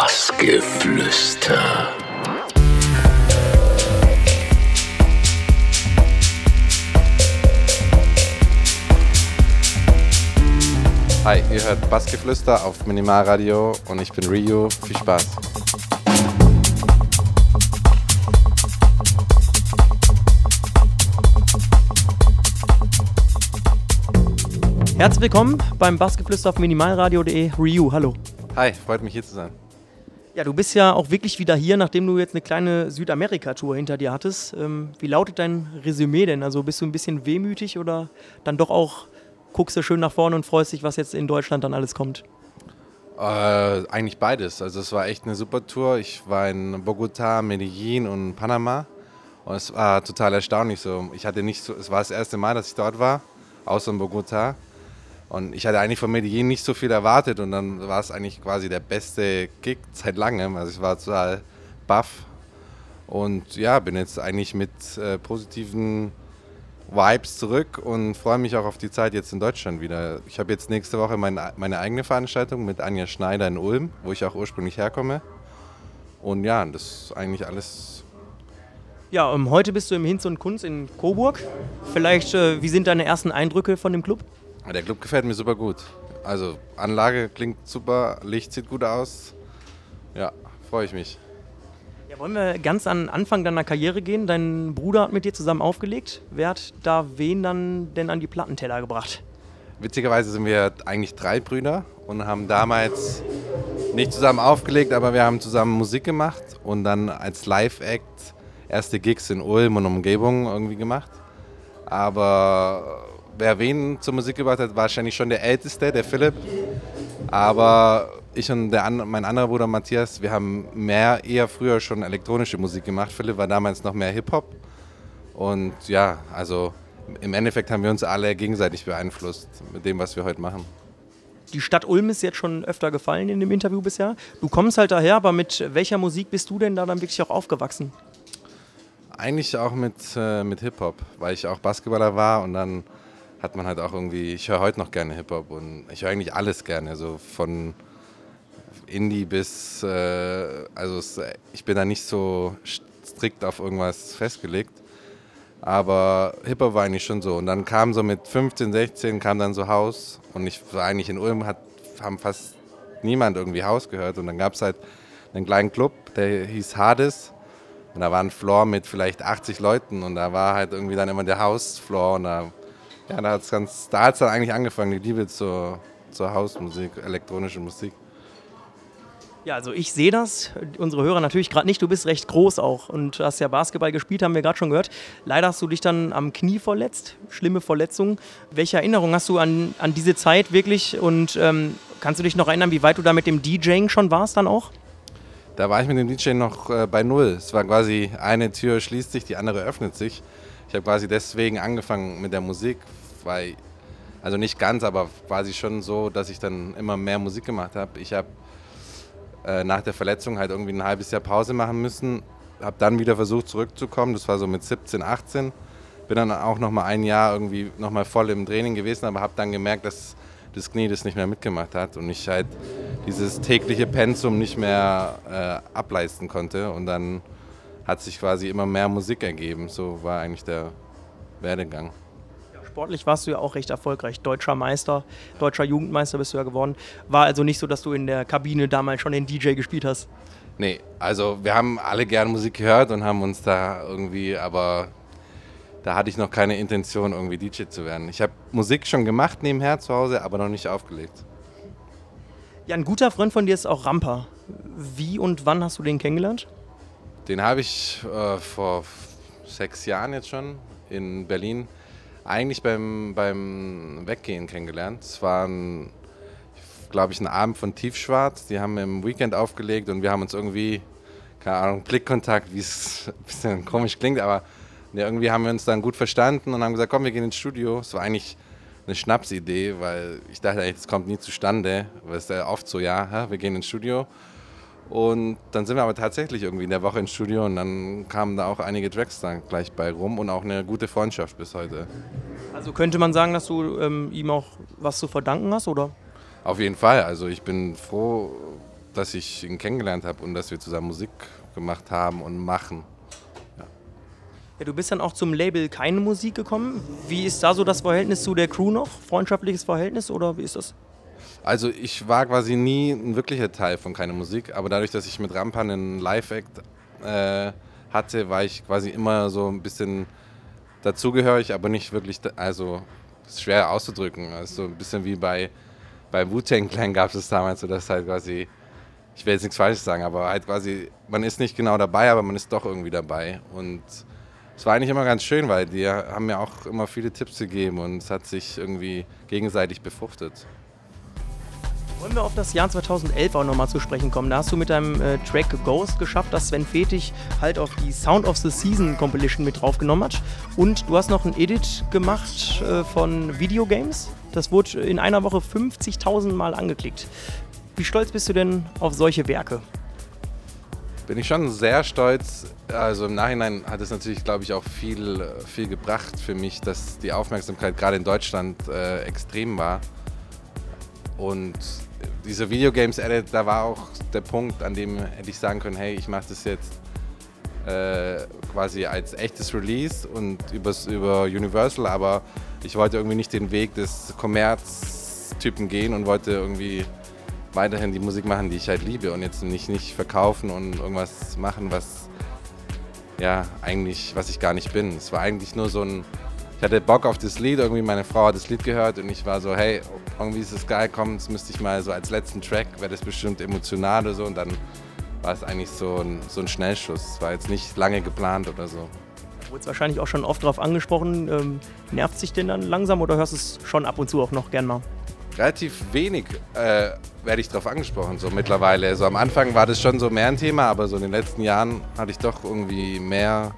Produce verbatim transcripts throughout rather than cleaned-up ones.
Bassgeflüster. Hi, ihr hört Bassgeflüster auf Minimalradio und ich bin Ryu. Viel Spaß. Herzlich willkommen beim Bassgeflüster auf minimalradio punkt de. Ryu, hallo. Hi, freut mich hier zu sein. Ja, du bist ja auch wirklich wieder hier, nachdem du jetzt eine kleine Südamerika-Tour hinter dir hattest. Ähm, wie lautet dein Resümee denn? Also bist du ein bisschen wehmütig oder dann doch auch guckst du schön nach vorne und freust dich, was jetzt in Deutschland dann alles kommt? Äh, eigentlich beides. Also es war echt eine super Tour. Ich war in Bogotá, Medellin und Panama und es war total erstaunlich. So, ich hatte nicht so, es war das erste Mal, dass ich dort war, außer in Bogotá. Und ich hatte eigentlich von Medellin nicht so viel erwartet und dann war es eigentlich quasi der beste Gig seit langem. Also ich war total baff und ja, bin jetzt eigentlich mit äh, positiven Vibes zurück und freue mich auch auf die Zeit jetzt in Deutschland wieder. Ich habe jetzt nächste Woche mein, meine eigene Veranstaltung mit Anja Schneider in Ulm, wo ich auch ursprünglich herkomme. Und ja, das ist eigentlich alles. Ja, um, heute bist du im Hinz und Kunz in Coburg. Vielleicht, äh, wie sind deine ersten Eindrücke von dem Club? Der Club gefällt mir super gut. Also Anlage klingt super, Licht sieht gut aus. Ja, freue ich mich. Ja, wollen wir ganz an Anfang deiner Karriere gehen? Dein Bruder hat mit dir zusammen aufgelegt. Wer hat da wen dann denn an die Plattenteller gebracht? Witzigerweise sind wir eigentlich drei Brüder und haben damals nicht zusammen aufgelegt, aber wir haben zusammen Musik gemacht und dann als Live-Act erste Gigs in Ulm und Umgebung irgendwie gemacht. Aber wer wen zur Musik gebracht hat, war wahrscheinlich schon der Älteste, der Philipp. Aber ich und der, mein anderer Bruder Matthias, wir haben mehr, eher früher schon elektronische Musik gemacht. Philipp war damals noch mehr Hip-Hop. Und ja, also im Endeffekt haben wir uns alle gegenseitig beeinflusst mit dem, was wir heute machen. Die Stadt Ulm ist jetzt schon öfter gefallen in dem Interview bisher. Du kommst halt daher, aber mit welcher Musik bist du denn da dann wirklich auch aufgewachsen? Eigentlich auch mit, äh, mit Hip-Hop, weil ich auch Basketballer war und dann hat man halt auch irgendwie, ich höre heute noch gerne Hip-Hop und ich höre eigentlich alles gerne, so von Indie bis, äh, also es, ich bin da nicht so strikt auf irgendwas festgelegt, aber Hip-Hop war eigentlich schon so und dann kam so mit fünfzehn, sechzehn kam dann so House und ich war eigentlich in Ulm, hat, haben fast niemand irgendwie House gehört und dann gab es halt einen kleinen Club, der hieß Hades und da war ein Floor mit vielleicht achtzig Leuten und da war halt irgendwie dann immer der House-Floor und da Ja, da hat es ganz, da hat's dann eigentlich angefangen, die Liebe zur, zur Hausmusik, elektronische Musik. Ja, also ich sehe das, unsere Hörer natürlich gerade nicht, du bist recht groß auch und hast ja Basketball gespielt, haben wir gerade schon gehört. Leider hast du dich dann am Knie verletzt, schlimme Verletzung. Welche Erinnerung hast du an, an diese Zeit wirklich und ähm, kannst du dich noch erinnern, wie weit du da mit dem DJing schon warst dann auch? Da war ich mit dem D J noch äh, bei Null. Es war quasi, eine Tür schließt sich, die andere öffnet sich. Ich habe quasi deswegen angefangen mit der Musik, weil, also nicht ganz, aber quasi schon so, dass ich dann immer mehr Musik gemacht habe. Ich habe äh, nach der Verletzung halt irgendwie ein halbes Jahr Pause machen müssen, habe dann wieder versucht zurückzukommen, das war so mit siebzehn, achtzehn. Bin dann auch nochmal ein Jahr irgendwie nochmal voll im Training gewesen, aber habe dann gemerkt, dass das Knie das nicht mehr mitgemacht hat und ich halt dieses tägliche Pensum nicht mehr äh, ableisten konnte und dann hat sich quasi immer mehr Musik ergeben. So war eigentlich der Werdegang. Ja, sportlich warst du ja auch recht erfolgreich. Deutscher Meister, deutscher Jugendmeister bist du ja geworden. War also nicht so, dass du in der Kabine damals schon den D J gespielt hast? Nee, also wir haben alle gern Musik gehört und haben uns da irgendwie, aber da hatte ich noch keine Intention, irgendwie D J zu werden. Ich habe Musik schon gemacht nebenher zu Hause, aber noch nicht aufgelegt. Ja, ein guter Freund von dir ist auch Ramper. Wie und wann hast du den kennengelernt? Den habe ich äh, vor sechs Jahren jetzt schon in Berlin eigentlich beim, beim Weggehen kennengelernt. Es war, glaube ich, ein Abend von Tiefschwarz. Die haben im Weekend aufgelegt und wir haben uns irgendwie, keine Ahnung, Blickkontakt, wie es ein bisschen komisch klingt, aber ja, irgendwie haben wir uns dann gut verstanden und haben gesagt, komm, wir gehen ins Studio. Es war eigentlich eine Schnapsidee, weil ich dachte, es kommt nie zustande. Weil es ist ja oft so, ja, wir gehen ins Studio. Und dann sind wir aber tatsächlich irgendwie in der Woche ins Studio und dann kamen da auch einige Tracks dann gleich bei rum und auch eine gute Freundschaft bis heute. Also könnte man sagen, dass du ähm, ihm auch was zu verdanken hast, oder? Auf jeden Fall. Also ich bin froh, dass ich ihn kennengelernt habe und dass wir zusammen Musik gemacht haben und machen. Ja. Ja, du bist dann auch zum Label Keine Musik gekommen. Wie ist da so das Verhältnis zu der Crew noch? Freundschaftliches Verhältnis oder wie ist das? Also ich war quasi nie ein wirklicher Teil von Keine Musik, aber dadurch, dass ich mit Rampan einen Live-Act äh, hatte, war ich quasi immer so ein bisschen dazugehörig, aber nicht wirklich, also das ist schwer auszudrücken. Also so ein bisschen wie bei, bei Wu-Tang Clan gab es damals, so dass halt quasi, ich will jetzt nichts Falsches sagen, aber halt quasi, man ist nicht genau dabei, aber man ist doch irgendwie dabei. Und es war eigentlich immer ganz schön, weil die haben mir auch immer viele Tipps gegeben und es hat sich irgendwie gegenseitig befruchtet. Wollen wir auf das Jahr zweitausendelf auch nochmal zu sprechen kommen? Da hast du mit deinem äh, Track Ghost geschafft, dass Sven Fethig halt auf die Sound of the Season Compilation mit draufgenommen hat. Und du hast noch ein Edit gemacht äh, von Videogames. Das wurde in einer Woche fünfzigtausend Mal angeklickt. Wie stolz bist du denn auf solche Werke? Bin ich schon sehr stolz. Also im Nachhinein hat es natürlich, glaube ich, auch viel, viel gebracht für mich, dass die Aufmerksamkeit gerade in Deutschland äh, extrem war. Und dieser Videogames-Edit, da war auch der Punkt, an dem hätte ich sagen können, hey, ich mache das jetzt äh, quasi als echtes Release und übers, über Universal, aber ich wollte irgendwie nicht den Weg des Kommerztypen gehen und wollte irgendwie weiterhin die Musik machen, die ich halt liebe und jetzt nicht, nicht verkaufen und irgendwas machen, was ja eigentlich, was ich gar nicht bin. Es war eigentlich nur so ein, ich hatte Bock auf das Lied, irgendwie meine Frau hat das Lied gehört und ich war so, hey, irgendwie ist es geil, komm, das müsste ich mal so als letzten Track, wäre das bestimmt emotional oder so und dann war es eigentlich so ein, so ein Schnellschuss. Es war jetzt nicht lange geplant oder so. Wurde es wahrscheinlich auch schon oft darauf angesprochen, ähm, nervt sich denn dann langsam oder hörst du es schon ab und zu auch noch gern mal? Relativ wenig äh, werde ich darauf angesprochen, so mittlerweile. So am Anfang war das schon so mehr ein Thema, aber so in den letzten Jahren hatte ich doch irgendwie mehr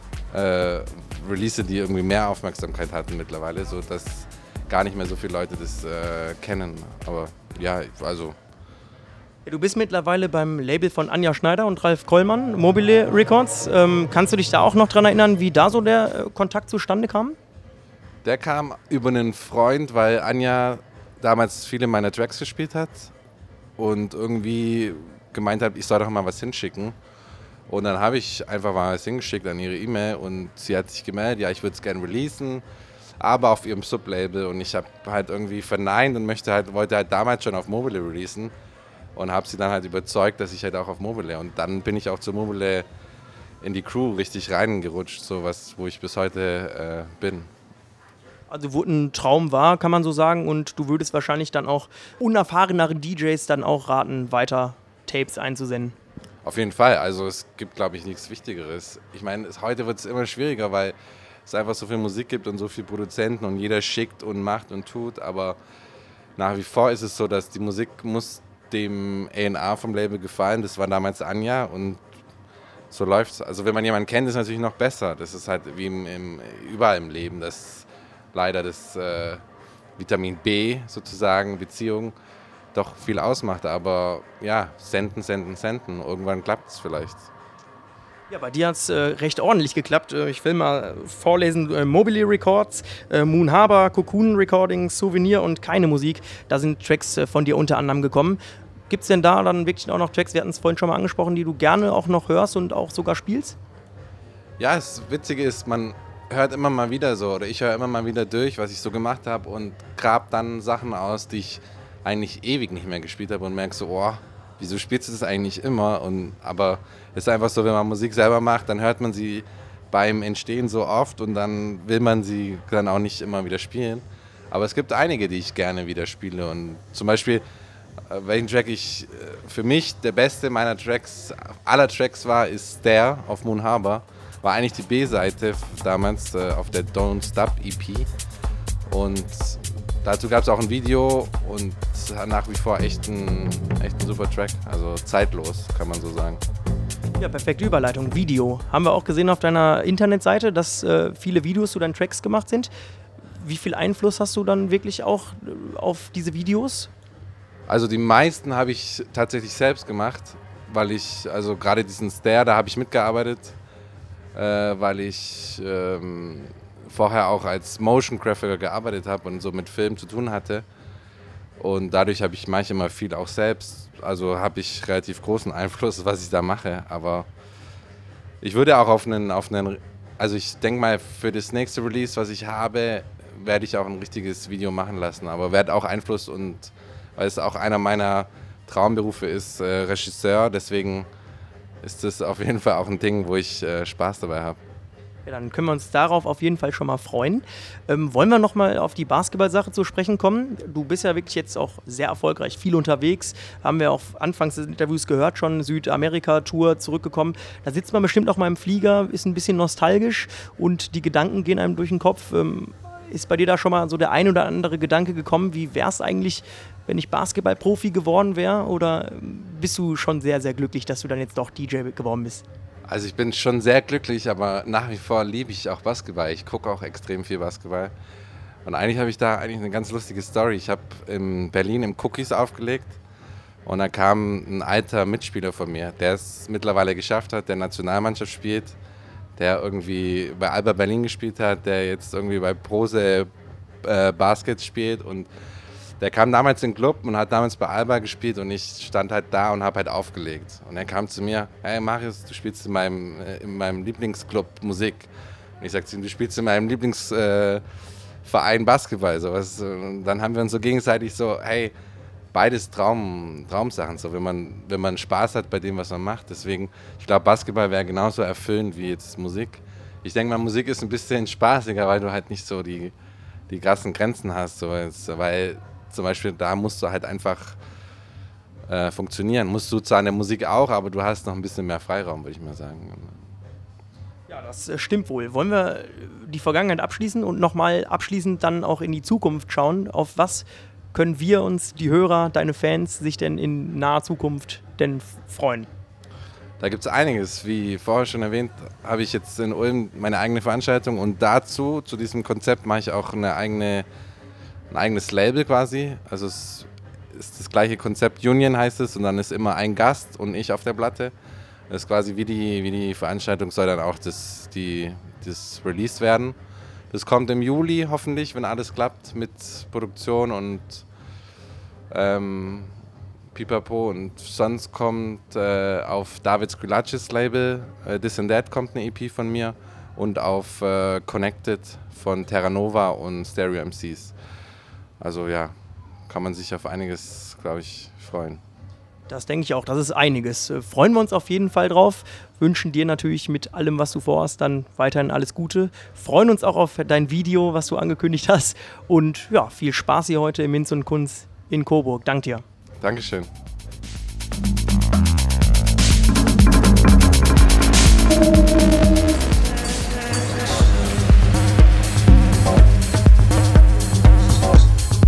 äh, Release, die irgendwie mehr Aufmerksamkeit hatten mittlerweile, so dass gar nicht mehr so viele Leute das äh, kennen. Aber ja, also. Ja, du bist mittlerweile beim Label von Anja Schneider und Ralf Kollmann, Mobile Records. Ähm, kannst du dich da auch noch dran erinnern, wie da so der äh, Kontakt zustande kam? Der kam über einen Freund, weil Anja damals viele meiner Tracks gespielt hat und irgendwie gemeint hat, ich soll doch mal was hinschicken. Und dann habe ich einfach mal was hingeschickt an ihre E-Mail und sie hat sich gemeldet, ja, ich würde es gerne releasen, aber auf ihrem Sublabel. Und ich habe halt irgendwie verneint und möchte halt, wollte halt damals schon auf Mobile releasen und habe sie dann halt überzeugt, dass ich halt auch auf Mobile. Und dann bin ich auch zu Mobile in die Crew richtig reingerutscht, so was, wo ich bis heute äh, bin. Also wo ein Traum war, kann man so sagen, und du würdest wahrscheinlich dann auch unerfahreneren D Js dann auch raten, weiter Tapes einzusenden. Auf jeden Fall, also es gibt, glaube ich, nichts Wichtigeres. Ich meine, es, heute wird es immer schwieriger, weil es einfach so viel Musik gibt und so viele Produzenten und jeder schickt und macht und tut, aber nach wie vor ist es so, dass die Musik muss dem A und R vom Label gefallen. Das war damals Anja und so läuft's. Also wenn man jemanden kennt, ist es natürlich noch besser. Das ist halt wie im, im, überall im Leben, dass leider das äh, Vitamin B sozusagen, Beziehung, doch viel ausmacht. Aber ja, senden, senden, senden. Irgendwann klappt es vielleicht. Ja, bei dir hat es äh, recht ordentlich geklappt. Äh, ich will mal vorlesen: äh, Mobile Records, äh, Moon Harbor, Cocoon Recordings, Souvenir und Keine Musik. Da sind Tracks äh, von dir unter anderem gekommen. Gibt es denn da dann wirklich auch noch Tracks, wir hatten es vorhin schon mal angesprochen, die du gerne auch noch hörst und auch sogar spielst? Ja, das Witzige ist, man hört immer mal wieder so, oder ich höre immer mal wieder durch, was ich so gemacht habe und grab dann Sachen aus, die ich eigentlich ewig nicht mehr gespielt habe und merke so, oh, wieso spielst du das eigentlich immer? Und, aber es ist einfach so, wenn man Musik selber macht, dann hört man sie beim Entstehen so oft und dann will man sie dann auch nicht immer wieder spielen. Aber es gibt einige, die ich gerne wieder spiele und zum Beispiel, welchen Track ich für mich der beste meiner Tracks, aller Tracks war, ist Stair auf Moon Harbor. War eigentlich die B-Seite damals äh, auf der Don't Stop E P und dazu gab es auch ein Video und nach wie vor echt ein, echt ein super Track, also zeitlos, kann man so sagen. Ja, perfekte Überleitung. Video. Haben wir auch gesehen auf deiner Internetseite, dass äh, viele Videos zu deinen Tracks gemacht sind. Wie viel Einfluss hast du dann wirklich auch äh, auf diese Videos? Also die meisten habe ich tatsächlich selbst gemacht, weil ich, also gerade diesen Stair, da habe ich mitgearbeitet. Äh, weil ich ähm, vorher auch als Motion Graphiker gearbeitet habe und so mit Film zu tun hatte. Und dadurch habe ich manchmal viel auch selbst also habe ich relativ großen Einfluss, was ich da mache. Aber ich würde auch auf einen, auf einen, also ich denke mal, für das nächste Release, was ich habe, werde ich auch ein richtiges Video machen lassen. Aber werde auch Einfluss und, weil es auch einer meiner Traumberufe ist, äh, Regisseur. Deswegen ist das auf jeden Fall auch ein Ding, wo ich äh, Spaß dabei habe. Ja, dann können wir uns darauf auf jeden Fall schon mal freuen. Ähm, wollen wir nochmal auf die Basketball-Sache zu sprechen kommen? Du bist ja wirklich jetzt auch sehr erfolgreich, viel unterwegs. Haben wir auch anfangs des Interviews gehört, schon Südamerika-Tour zurückgekommen. Da sitzt man bestimmt auch mal im Flieger, ist ein bisschen nostalgisch und die Gedanken gehen einem durch den Kopf. Ähm, ist bei dir da schon mal so der ein oder andere Gedanke gekommen, wie wäre es eigentlich, wenn ich Basketball-Profi geworden wäre? Oder bist du schon sehr, sehr glücklich, dass du dann jetzt doch D J geworden bist? Also ich bin schon sehr glücklich, aber nach wie vor liebe ich auch Basketball. Ich gucke auch extrem viel Basketball. Und eigentlich habe ich da eigentlich eine ganz lustige Story. Ich habe in Berlin im Cookies aufgelegt und da kam ein alter Mitspieler von mir, der es mittlerweile geschafft hat, der Nationalmannschaft spielt, der irgendwie bei Alba Berlin gespielt hat, der jetzt irgendwie bei Prose äh, Basket spielt und der kam damals in den Club und hat damals bei Alba gespielt und ich stand halt da und habe halt aufgelegt. Und er kam zu mir, hey Marius, du spielst in meinem, in meinem Lieblingsclub Musik. Und ich sagte zu ihm, du spielst in meinem Lieblingsverein äh, Basketball. So, was, und dann haben wir uns so gegenseitig so, hey, beides Traum, Traumsachen, so, wenn man, wenn man Spaß hat bei dem, was man macht. Deswegen, ich glaube, Basketball wäre genauso erfüllend wie jetzt Musik. Ich denke mal, Musik ist ein bisschen spaßiger, weil du halt nicht so die, die krassen Grenzen hast. So, weil zum Beispiel, da musst du halt einfach äh, funktionieren. Musst du zwar in der Musik auch, aber du hast noch ein bisschen mehr Freiraum, würde ich mal sagen. Ja, das stimmt wohl. Wollen wir die Vergangenheit abschließen und nochmal abschließend dann auch in die Zukunft schauen? Auf was können wir uns, die Hörer, deine Fans, sich denn in naher Zukunft denn freuen? Da gibt es einiges. Wie vorher schon erwähnt, habe ich jetzt in Ulm meine eigene Veranstaltung und dazu, zu diesem Konzept, mache ich auch eine eigene ein eigenes Label quasi, also es ist das gleiche Konzept, Union heißt es, und dann ist immer ein Gast und ich auf der Platte. Das ist quasi wie die, wie die Veranstaltung soll dann auch das, die, das released werden. Das kommt im Juli hoffentlich, wenn alles klappt mit Produktion und ähm, Pipapo, und sonst kommt äh, auf David Squillacis Label äh, This and That kommt eine E P von mir und auf äh, Connected von Terra Nova und Stereo M Cs. Also ja, kann man sich auf einiges, glaube ich, freuen. Das denke ich auch, das ist einiges. Äh, freuen wir uns auf jeden Fall drauf. Wünschen dir natürlich mit allem, was du vorhast, dann weiterhin alles Gute. Freuen uns auch auf dein Video, was du angekündigt hast. Und ja, viel Spaß hier heute im Hinz und Kunst in Coburg. Dank dir. Dankeschön.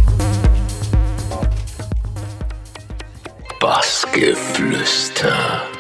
Bassgeflüster.